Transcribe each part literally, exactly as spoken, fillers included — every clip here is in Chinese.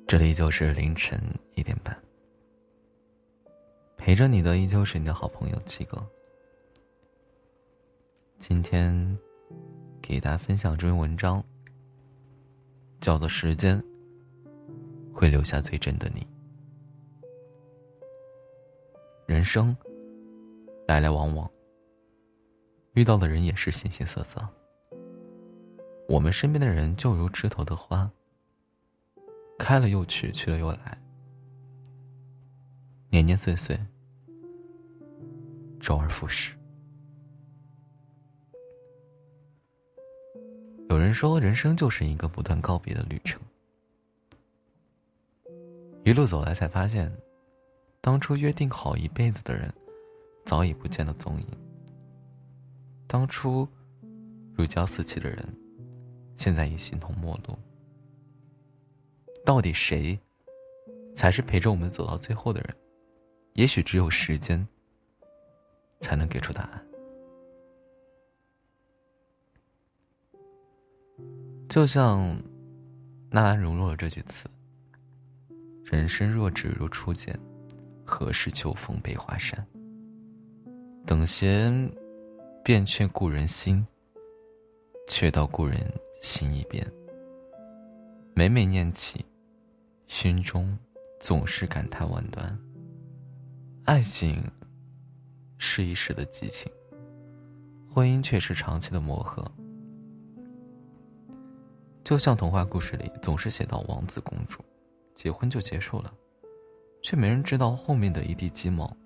这里依旧是凌晨一点半，陪着你的依旧是你的好朋友七哥。今天给大家分享这篇文章，叫做《时间会留下最真的你》。人生来来往往，遇到的人也是形形色色。我们身边的人就如枝头的花，开了又去，去了又来，年年岁岁，周而复始。有人说，人生就是一个不断告别的旅程。一路走来，才发现，当初约定好一辈子的人，早已不见了踪影。当初如胶似漆的人，现在已形同陌路。到底谁才是陪着我们走到最后的人？也许只有时间才能给出答案。就像纳兰容若的这句词：人生若只如初见，何事秋风悲画扇。等闲变却故人心，却道故人心已变。每每念起，心中总是感叹万端。爱情是一时的激情，婚姻却是长期的磨合。就像童话故事里总是写到王子公主结婚就结束了，却没人知道后面的一地鸡毛。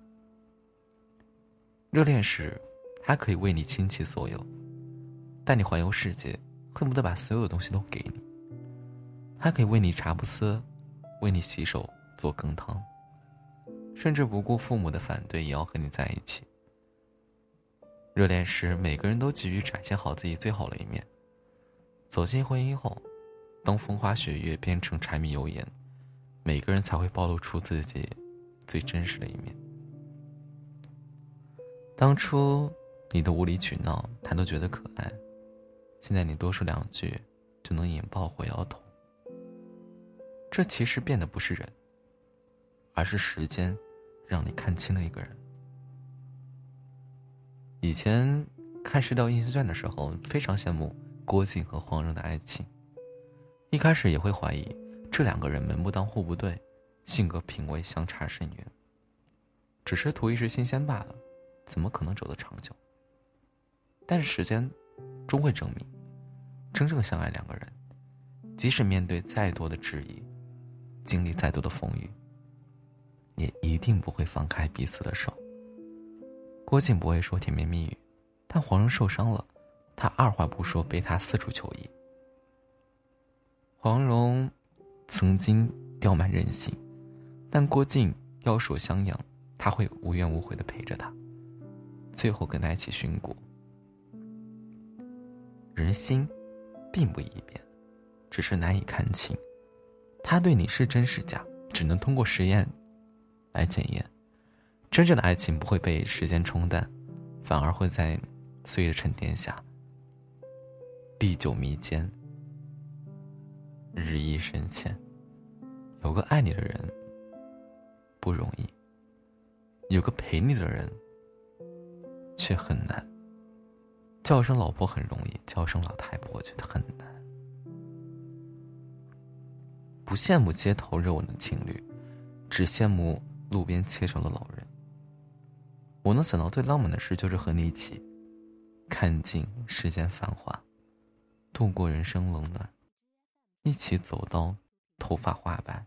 热恋时他可以为你倾其所有，带你环游世界，恨不得把所有的东西都给你。他可以为你茶不思，为你洗手做羹汤，甚至不顾父母的反对也要和你在一起。热恋时每个人都急于展现好自己最好的一面，走进婚姻后，当风花雪月变成柴米油盐，每个人才会暴露出自己最真实的一面。当初你的无理取闹他都觉得可爱，现在你多说两句就能引爆火药桶。这其实变的不是人，而是时间让你看清了一个人。以前看《射雕英雄传》的时候，非常羡慕郭靖和黄蓉的爱情，一开始也会怀疑这两个人门不当户不对，性格品味相差甚远，只是图一时新鲜罢了，怎么可能走得长久？但是时间终会证明，真正相爱两个人，即使面对再多的质疑，经历再多的风雨，也一定不会放开彼此的手。郭靖不会说甜言蜜语，但黄蓉受伤了，他二话不说背他四处求医。黄蓉曾经刁蛮任性，但郭靖要说相养，他会无怨无悔地陪着他，最后跟他一起殉国。人心并不易变，只是难以看清，他对你是真是假，只能通过实验来检验。真正的爱情不会被时间冲淡，反而会在岁月的沉淀下历久弥坚，日益深浅。有个爱你的人不容易，有个陪你的人却很难。叫声老婆很容易，叫声老太婆觉得很难。不羡慕街头热吻的情侣，只羡慕路边牵手的老人。我能想到最浪漫的事，就是和你一起看尽世间繁华，度过人生冷暖，一起走到头发花白。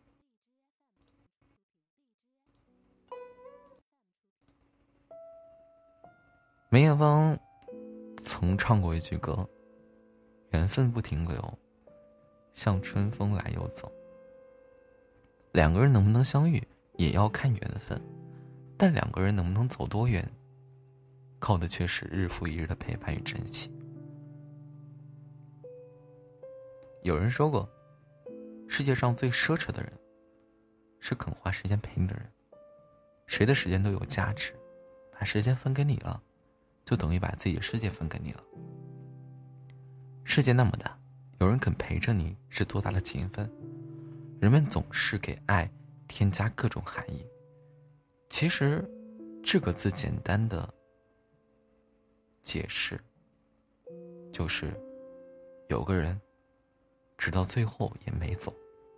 梅艳芳曾唱过一句歌：缘分不停留，像春风来又走。两个人能不能相遇也要看缘分，但两个人能不能走多远，靠的却是日复一日的陪伴与珍惜。有人说过，世界上最奢侈的人是肯花时间陪你的人。谁的时间都有价值，把时间分给你了，就等于把自己的世界分给你了。世界那么大，有人肯陪着你是多大的情分。 人们总是给爱添加各种含义。其实这个字简单的解释就是有个人直到最后也没走。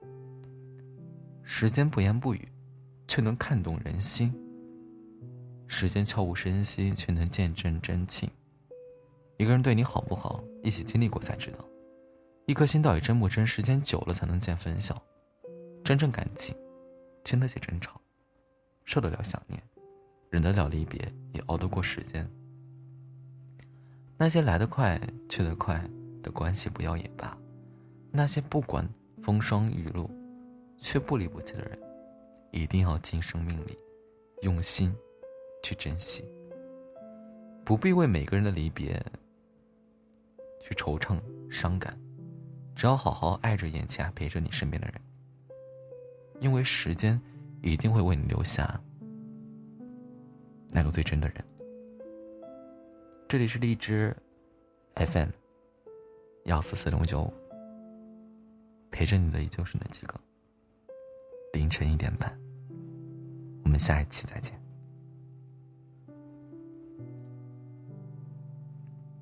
时间不言不语，却能看动人心；时间悄无声息，却能见证真情。一个人对你好不好，一起经历过才知道。一颗心到底真不真，时间久了才能见分晓。真正感情，经得起争吵，受得了想念，忍得了离别，也熬得过时间。那些来得快去得快的关系不要也罢，那些不管风霜雨露却不离不弃的人，一定要尽生命力用心去珍惜。不必为每个人的离别去惆怅伤感，只要好好爱着眼前还陪着你身边的人，因为时间一定会为你留下那个最真的人。这里是荔枝 F M 幺四四零九，陪着你的依旧是那几个。凌晨一点半，我们下一期再见。